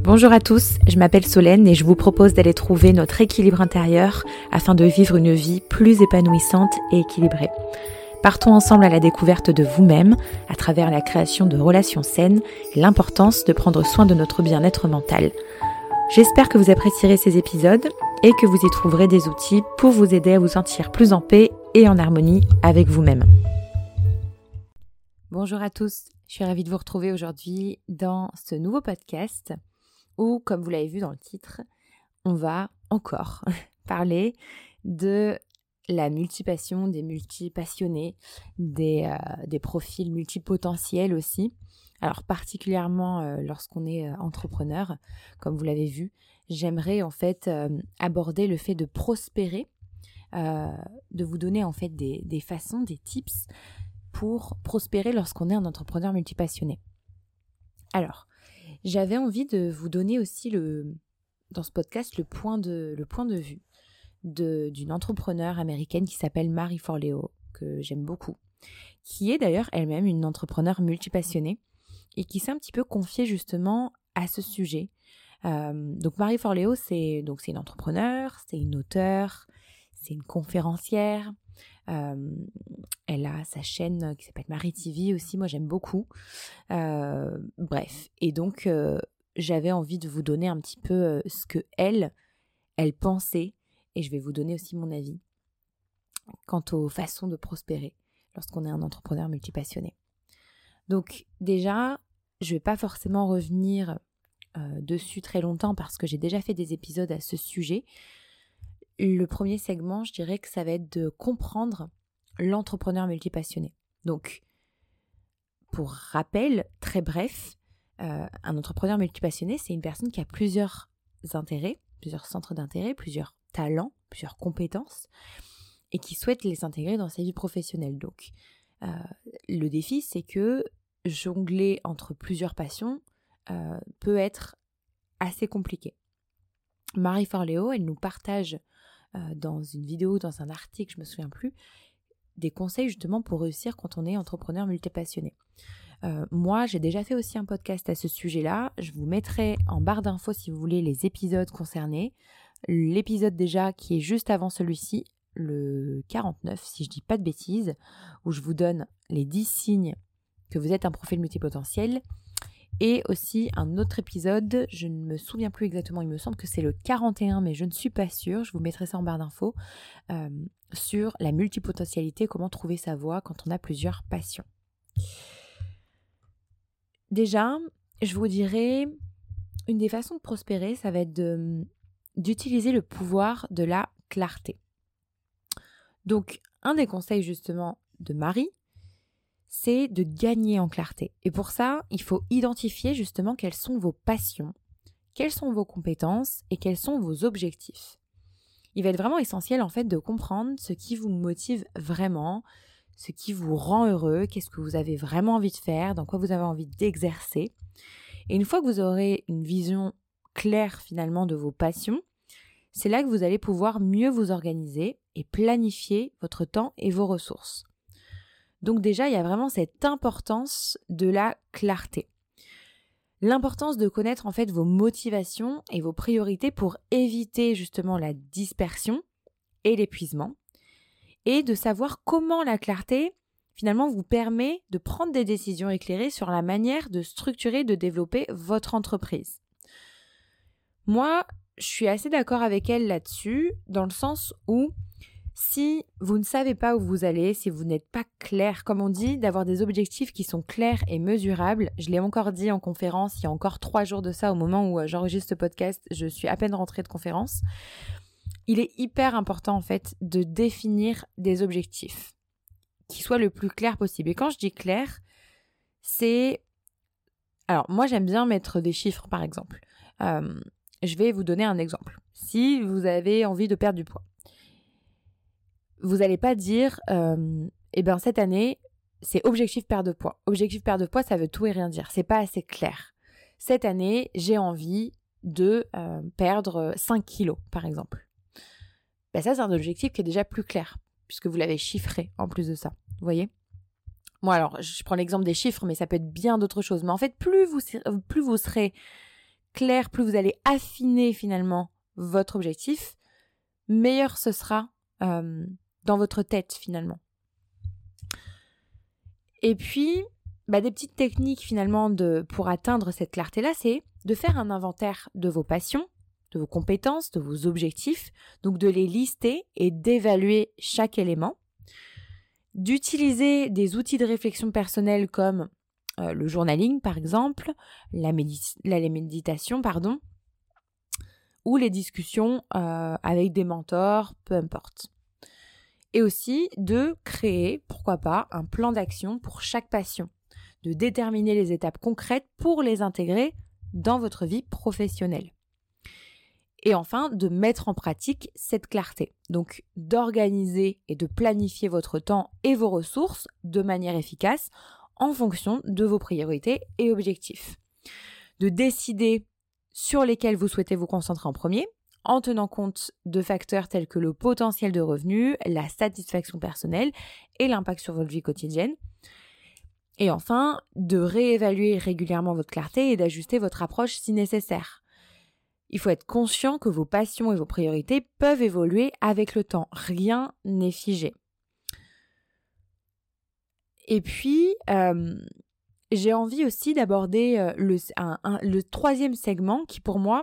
Bonjour à tous, je m'appelle Solène et je vous propose d'aller trouver notre équilibre intérieur afin de vivre une vie plus épanouissante et équilibrée. Partons ensemble à la découverte de vous-même à travers la création de relations saines et l'importance de prendre soin de notre bien-être mental. J'espère que vous apprécierez ces épisodes et que vous y trouverez des outils pour vous aider à vous sentir plus en paix et en harmonie avec vous-même. Bonjour à tous, je suis ravie de vous retrouver aujourd'hui dans ce nouveau podcast où, comme vous l'avez vu dans le titre, on va encore parler de la multipassion, des multipassionnés, des profils multipotentiels aussi. Alors particulièrement lorsqu'on est entrepreneur, comme vous l'avez vu, j'aimerais en fait aborder le fait de prospérer, de vous donner en fait des façons, des tips pour prospérer lorsqu'on est un entrepreneur multipassionné. Alors, j'avais envie de vous donner aussi dans ce podcast le point de vue d'une entrepreneure américaine qui s'appelle Marie Forleo, que j'aime beaucoup, qui est d'ailleurs elle-même une entrepreneure multipassionnée et qui s'est un petit peu confiée justement à ce sujet. Donc Marie Forleo, c'est une entrepreneure, c'est une auteure, c'est une conférencière. Elle a sa chaîne qui s'appelle Marie TV aussi, moi j'aime beaucoup. Bref, et donc j'avais envie de vous donner un petit peu ce que elle pensait, et je vais vous donner aussi mon avis quant aux façons de prospérer lorsqu'on est un entrepreneur multipassionné. Donc déjà, je ne vais pas forcément revenir dessus très longtemps parce que j'ai déjà fait des épisodes à ce sujet. Le premier segment, je dirais que ça va être de comprendre l'entrepreneur multipassionné. Donc, pour rappel, très bref, un entrepreneur multipassionné, c'est une personne qui a plusieurs intérêts, plusieurs centres d'intérêt, plusieurs talents, plusieurs compétences, et qui souhaite les intégrer dans sa vie professionnelle. Donc, le défi, c'est que jongler entre plusieurs passions peut être assez compliqué. Marie Forleo, elle nous partage dans une vidéo, dans un article, je ne me souviens plus, des conseils justement pour réussir quand on est entrepreneur multipassionné. Moi, j'ai déjà fait aussi un podcast à ce sujet-là. Je vous mettrai en barre d'infos si vous voulez les épisodes concernés. L'épisode déjà qui est juste avant celui-ci, le 49, si je ne dis pas de bêtises, où je vous donne les 10 signes que vous êtes un profil multipotentiel. Et aussi un autre épisode, je ne me souviens plus exactement, il me semble que c'est le 41, mais je ne suis pas sûre, je vous mettrai ça en barre d'infos, sur la multipotentialité, comment trouver sa voie quand on a plusieurs passions. Déjà, je vous dirais, une des façons de prospérer, ça va être d'utiliser le pouvoir de la clarté. Donc, un des conseils justement de Marie, c'est de gagner en clarté. Et pour ça, il faut identifier justement quelles sont vos passions, quelles sont vos compétences et quels sont vos objectifs. Il va être vraiment essentiel en fait de comprendre ce qui vous motive vraiment, ce qui vous rend heureux, qu'est-ce que vous avez vraiment envie de faire, dans quoi vous avez envie d'exercer. Et une fois que vous aurez une vision claire finalement de vos passions, c'est là que vous allez pouvoir mieux vous organiser et planifier votre temps et vos ressources. Donc déjà, il y a vraiment cette importance de la clarté. L'importance de connaître en fait vos motivations et vos priorités pour éviter justement la dispersion et l'épuisement. Et de savoir comment la clarté finalement vous permet de prendre des décisions éclairées sur la manière de structurer, de développer votre entreprise. Moi, je suis assez d'accord avec elle là-dessus, dans le sens où si vous ne savez pas où vous allez, si vous n'êtes pas clair, comme on dit, d'avoir des objectifs qui sont clairs et mesurables, je l'ai encore dit en conférence, il y a encore 3 jours de ça, au moment où j'enregistre ce podcast, je suis à peine rentrée de conférence. Il est hyper important en fait de définir des objectifs qui soient le plus clair possible. Et quand je dis clair, c'est... Alors moi j'aime bien mettre des chiffres par exemple. Je vais vous donner un exemple. Si vous avez envie de perdre du poids, vous n'allez pas dire cette année, c'est objectif perte de poids. Objectif perte de poids, ça veut tout et rien dire. C'est pas assez clair. Cette année, j'ai envie de perdre 5 kilos, par exemple. Ça, c'est un objectif qui est déjà plus clair, puisque vous l'avez chiffré en plus de ça. Vous voyez ? Moi, alors, je prends l'exemple des chiffres, mais ça peut être bien d'autres choses. Mais en fait, plus vous serez clair, plus vous allez affiner finalement votre objectif, meilleur ce sera dans votre tête finalement. Et puis, des petites techniques finalement pour atteindre cette clarté-là, c'est de faire un inventaire de vos passions, de vos compétences, de vos objectifs, donc de les lister et d'évaluer chaque élément, d'utiliser des outils de réflexion personnelle comme le journaling par exemple, la méditation, ou les discussions avec des mentors, peu importe. Et aussi de créer, pourquoi pas, un plan d'action pour chaque passion, de déterminer les étapes concrètes pour les intégrer dans votre vie professionnelle. Et enfin, de mettre en pratique cette clarté. Donc, d'organiser et de planifier votre temps et vos ressources de manière efficace en fonction de vos priorités et objectifs. De décider sur lesquels vous souhaitez vous concentrer en premier, en tenant compte de facteurs tels que le potentiel de revenus, la satisfaction personnelle et l'impact sur votre vie quotidienne. Et enfin, de réévaluer régulièrement votre clarté et d'ajuster votre approche si nécessaire. Il faut être conscient que vos passions et vos priorités peuvent évoluer avec le temps. Rien n'est figé. Et puis, j'ai envie aussi d'aborder le troisième segment qui pour moi,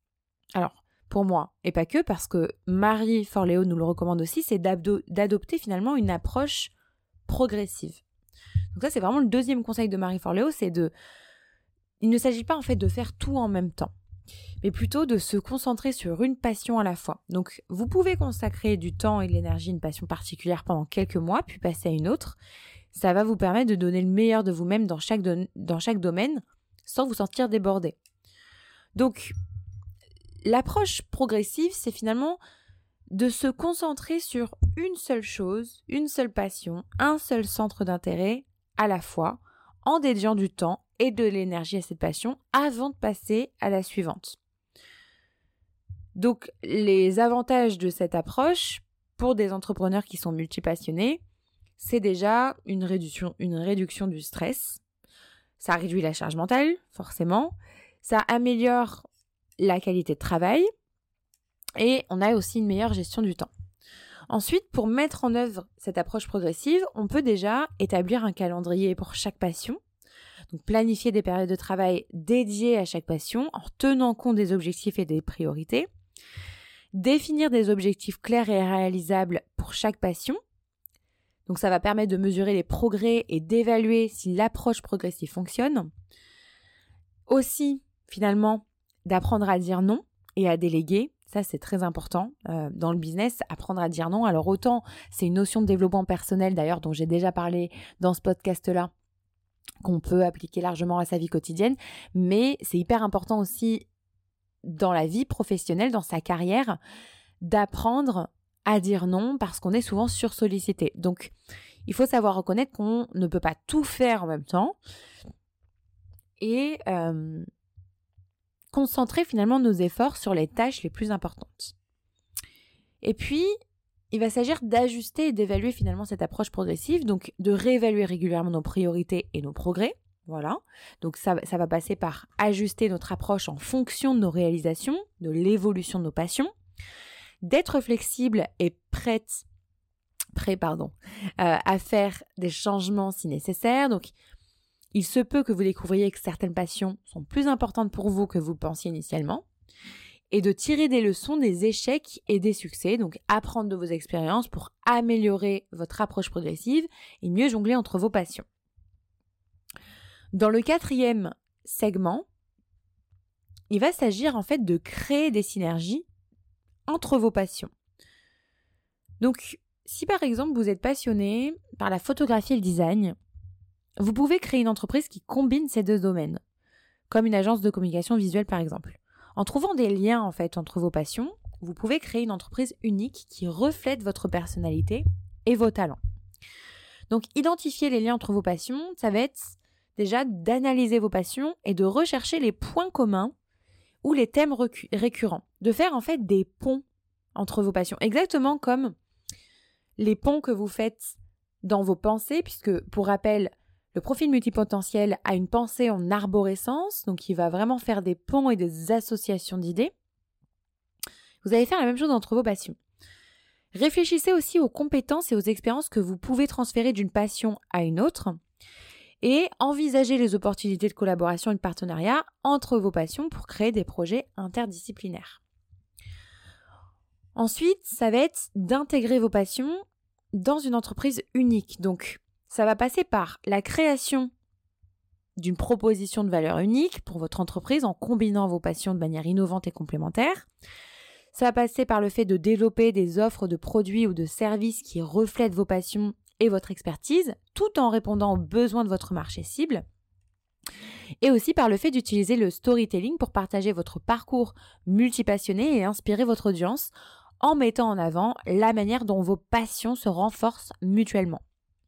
et pas que, parce que Marie Forleo nous le recommande aussi, c'est d'adopter finalement une approche progressive. Donc ça, c'est vraiment le deuxième conseil de Marie Forleo, il ne s'agit pas en fait de faire tout en même temps, mais plutôt de se concentrer sur une passion à la fois. Donc vous pouvez consacrer du temps et de l'énergie à une passion particulière pendant quelques mois, puis passer à une autre. Ça va vous permettre de donner le meilleur de vous-même dans chaque domaine, sans vous sentir débordé. Donc, l'approche progressive, c'est finalement de se concentrer sur une seule chose, une seule passion, un seul centre d'intérêt à la fois, en dédiant du temps et de l'énergie à cette passion avant de passer à la suivante. Donc, les avantages de cette approche pour des entrepreneurs qui sont multipassionnés, c'est déjà une réduction du stress. Ça réduit la charge mentale, forcément. Ça améliore la qualité de travail. Et on a aussi une meilleure gestion du temps. Ensuite, pour mettre en œuvre cette approche progressive, on peut déjà établir un calendrier pour chaque passion. Donc, planifier des périodes de travail dédiées à chaque passion en tenant compte des objectifs et des priorités. Définir des objectifs clairs et réalisables pour chaque passion. Donc ça va permettre de mesurer les progrès et d'évaluer si l'approche progressive fonctionne. Aussi, finalement, d'apprendre à dire non et à déléguer. Ça, c'est très important dans le business, apprendre à dire non. Alors autant, c'est une notion de développement personnel, d'ailleurs, dont j'ai déjà parlé dans ce podcast-là, qu'on peut appliquer largement à sa vie quotidienne. Mais c'est hyper important aussi dans la vie professionnelle, dans sa carrière, d'apprendre à dire non parce qu'on est souvent sursollicité. Donc, il faut savoir reconnaître qu'on ne peut pas tout faire en même temps et concentrer finalement nos efforts sur les tâches les plus importantes. Et puis, il va s'agir d'ajuster et d'évaluer finalement cette approche progressive, donc de réévaluer régulièrement nos priorités et nos progrès. Voilà, donc ça va passer par ajuster notre approche en fonction de nos réalisations, de l'évolution de nos passions, d'être flexible et prêt à faire des changements si nécessaire. Donc, il se peut que vous découvriez que certaines passions sont plus importantes pour vous que vous pensiez initialement et de tirer des leçons des échecs et des succès, donc apprendre de vos expériences pour améliorer votre approche progressive et mieux jongler entre vos passions. Dans le quatrième segment, il va s'agir en fait de créer des synergies entre vos passions. Donc, si par exemple vous êtes passionné par la photographie et le design, vous pouvez créer une entreprise qui combine ces deux domaines, comme une agence de communication visuelle par exemple. En trouvant des liens en fait entre vos passions, vous pouvez créer une entreprise unique qui reflète votre personnalité et vos talents. Donc, identifier les liens entre vos passions, ça va être déjà d'analyser vos passions et de rechercher les points communs ou les thèmes récurrents. De faire en fait des ponts entre vos passions, exactement comme les ponts que vous faites dans vos pensées, puisque pour rappel, Le profil multipotentiel a une pensée en arborescence, donc il va vraiment faire des ponts et des associations d'idées. Vous allez faire la même chose entre vos passions. Réfléchissez aussi aux compétences et aux expériences que vous pouvez transférer d'une passion à une autre et envisagez les opportunités de collaboration et de partenariat entre vos passions pour créer des projets interdisciplinaires. Ensuite, ça va être d'intégrer vos passions dans une entreprise unique. Donc, ça va passer par la création d'une proposition de valeur unique pour votre entreprise en combinant vos passions de manière innovante et complémentaire. Ça va passer par le fait de développer des offres de produits ou de services qui reflètent vos passions et votre expertise, tout en répondant aux besoins de votre marché cible. Et aussi par le fait d'utiliser le storytelling pour partager votre parcours multipassionné et inspirer votre audience en mettant en avant la manière dont vos passions se renforcent mutuellement.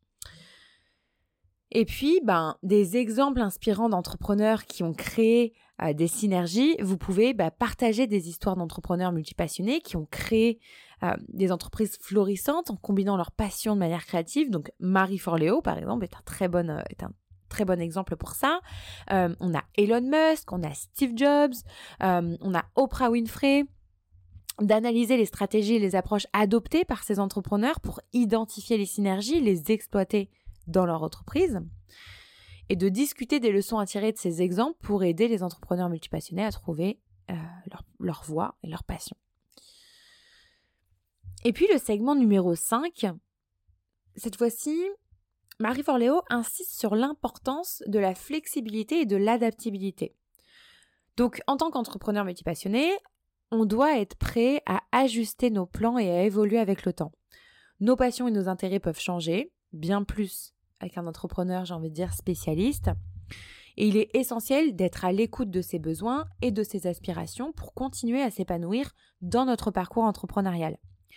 Et puis, des exemples inspirants d'entrepreneurs qui ont créé des synergies. Vous pouvez partager des histoires d'entrepreneurs multipassionnés qui ont créé des entreprises florissantes en combinant leurs passions de manière créative. Donc, Marie Forleo, par exemple, est un très bon exemple pour ça. On a Elon Musk, on a Steve Jobs, on a Oprah Winfrey. D'analyser les stratégies et les approches adoptées par ces entrepreneurs pour identifier les synergies, les exploiter dans leur entreprise et de discuter des leçons à tirer de ces exemples pour aider les entrepreneurs multipassionnés à trouver leur voie et leur passion. Et puis le segment numéro 5, cette fois-ci, Marie Forleo insiste sur l'importance de la flexibilité et de l'adaptabilité. Donc en tant qu'entrepreneur multipassionné, on doit être prêt à ajuster nos plans et à évoluer avec le temps. Nos passions et nos intérêts peuvent changer, bien plus avec un entrepreneur, j'ai envie de dire, spécialiste. Et il est essentiel d'être à l'écoute de ses besoins et de ses aspirations pour continuer à s'épanouir dans notre parcours entrepreneurial.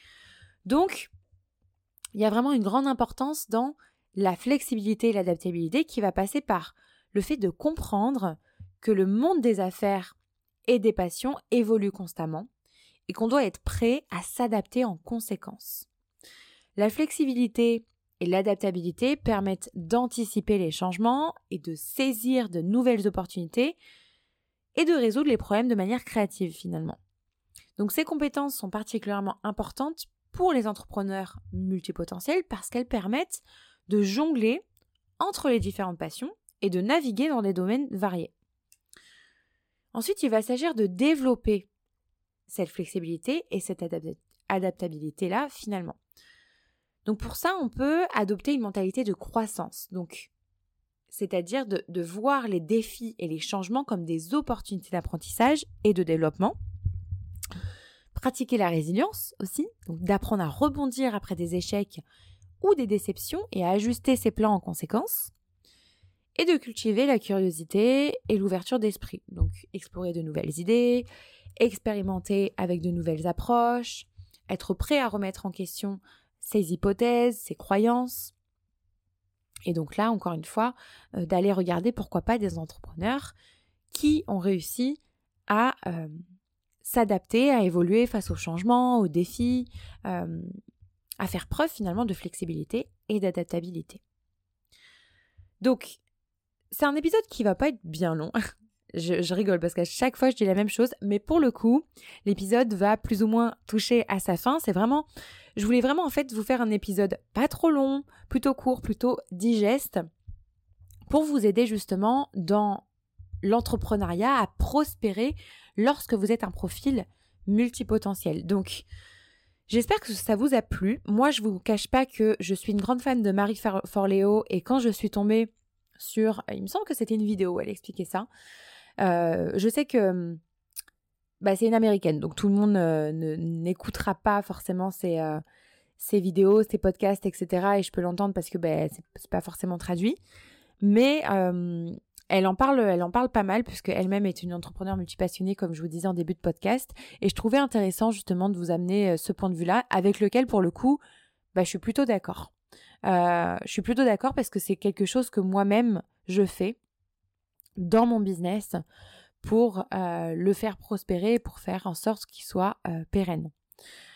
Donc, il y a vraiment une grande importance dans la flexibilité et l'adaptabilité qui va passer par le fait de comprendre que le monde des affaires et des passions évoluent constamment et qu'on doit être prêt à s'adapter en conséquence. La flexibilité et l'adaptabilité permettent d'anticiper les changements et de saisir de nouvelles opportunités et de résoudre les problèmes de manière créative finalement. Donc ces compétences sont particulièrement importantes pour les entrepreneurs multipotentiels parce qu'elles permettent de jongler entre les différentes passions et de naviguer dans des domaines variés. Ensuite, il va s'agir de développer cette flexibilité et cette adaptabilité-là finalement. Donc pour ça, on peut adopter une mentalité de croissance, c'est-à-dire de voir les défis et les changements comme des opportunités d'apprentissage et de développement. Pratiquer la résilience aussi, donc d'apprendre à rebondir après des échecs ou des déceptions et à ajuster ses plans en conséquence. Et de cultiver la curiosité et l'ouverture d'esprit. Donc, explorer de nouvelles idées, expérimenter avec de nouvelles approches, être prêt à remettre en question ses hypothèses, ses croyances. Et donc là, encore une fois, d'aller regarder pourquoi pas des entrepreneurs qui ont réussi à s'adapter, à évoluer face aux changements, aux défis, à faire preuve finalement de flexibilité et d'adaptabilité. Donc, c'est un épisode qui va pas être bien long. Je rigole parce qu'à chaque fois je dis la même chose, mais pour le coup, l'épisode va plus ou moins toucher à sa fin. Je voulais vraiment en fait vous faire un épisode pas trop long, plutôt court, plutôt digeste, pour vous aider justement dans l'entrepreneuriat à prospérer lorsque vous êtes un profil multipotentiel. Donc, j'espère que ça vous a plu. Moi, je vous cache pas que je suis une grande fan de Marie Forleo et quand je suis tombée sur, il me semble que c'était une vidéo où elle expliquait ça. Je sais que c'est une américaine, donc tout le monde n'écoutera pas forcément ses vidéos, ses podcasts, etc. Et je peux l'entendre parce que c'est pas forcément traduit. Mais elle en parle pas mal puisque elle-même est une entrepreneure multipassionnée, comme je vous disais en début de podcast. Et je trouvais intéressant justement de vous amener ce point de vue-là, avec lequel pour le coup, je suis plutôt d'accord. Je suis plutôt d'accord parce que c'est quelque chose que moi-même je fais dans mon business pour le faire prospérer, pour faire en sorte qu'il soit pérenne.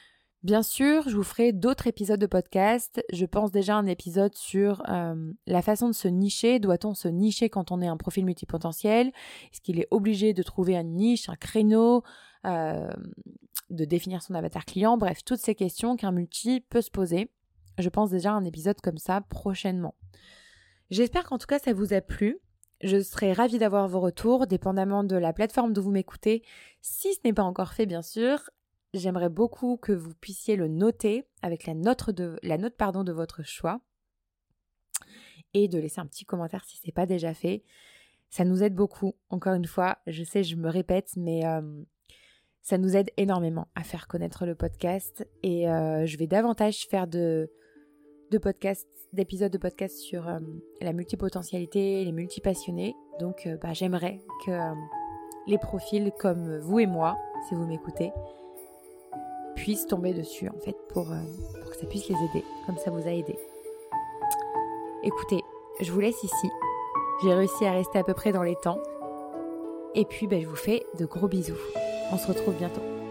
Bien sûr, je vous ferai d'autres épisodes de podcast. Je pense déjà à un épisode sur la façon de se nicher. Doit-on se nicher quand on est un profil multipotentiel ? Est-ce qu'il est obligé de trouver une niche, un créneau, de définir son avatar client ? Bref, toutes ces questions qu'un multi peut se poser. Je pense déjà à un épisode comme ça prochainement. J'espère qu'en tout cas ça vous a plu. Je serai ravie d'avoir vos retours, dépendamment de la plateforme d'où vous m'écoutez. Si ce n'est pas encore fait, bien sûr, j'aimerais beaucoup que vous puissiez le noter avec la note de votre choix et de laisser un petit commentaire si ce n'est pas déjà fait. Ça nous aide beaucoup. Encore une fois, je sais, je me répète, mais ça nous aide énormément à faire connaître le podcast et je vais davantage faire d'épisodes de podcast sur la multipotentialité, les multipassionnés. Donc j'aimerais que les profils comme vous et moi, si vous m'écoutez, puissent tomber dessus en fait pour que ça puisse les aider, comme ça vous a aidé. Écoutez, je vous laisse ici. J'ai réussi à rester à peu près dans les temps. Et puis je vous fais de gros bisous. On se retrouve bientôt.